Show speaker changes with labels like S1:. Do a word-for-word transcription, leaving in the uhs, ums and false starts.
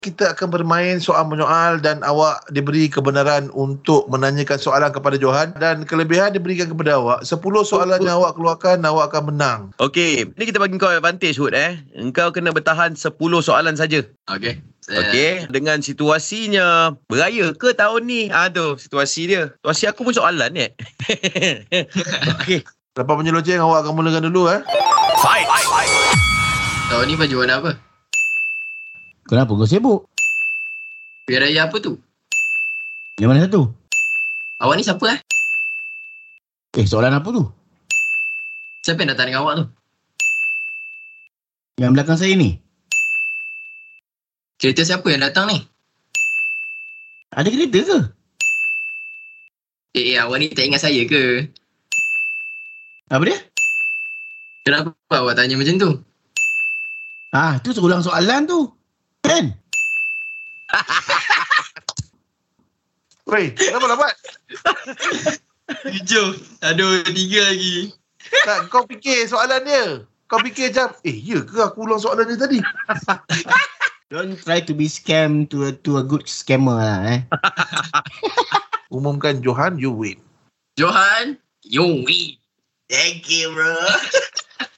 S1: kita akan bermain soal menyoal dan awak diberi kebenaran untuk menanyakan soalan kepada Johan, dan kelebihan diberikan kepada awak. sepuluh soalan yang awak keluarkan, awak akan menang.
S2: Okey, ni kita bagi kau advantage, Hud, eh. Engkau kena bertahan sepuluh soalan saja.
S3: Okey.
S2: Okey, dengan situasinya beraya ke tahun ni? Ah tu situasi dia. Situasi aku pun soalan ni. Okey.
S1: Lepas penyeloceng, awak akan mulakan dulu eh.
S2: Fight.
S3: Tahun ni baju warna apa?
S4: Kenapa kau sibuk?
S3: Biar raya apa tu?
S4: Yang mana satu?
S3: Awak ni siapa eh?
S4: Eh, soalan apa tu?
S3: Siapa yang datang dengan awak tu?
S4: Yang belakang saya ni?
S3: Kereta siapa yang datang ni?
S4: Ada kereta ke?
S3: Eh, eh awak ni tak ingat saya ke?
S4: Apa dia?
S3: Kenapa awak tanya macam tu?
S4: Ah, tu serulang soalan tu. Kan?
S1: Weh, kenapa lambat?
S3: Hijau. Aduh, tiga lagi.
S1: Tak, kau fikir soalan dia. Kau fikir macam, eh, ya ke aku ulang soalan dia tadi?
S4: Don't try to be scam to a, to a good scammer lah eh.
S1: Umumkan Johan, you win.
S3: Johan, you win.
S1: Thank you, bro.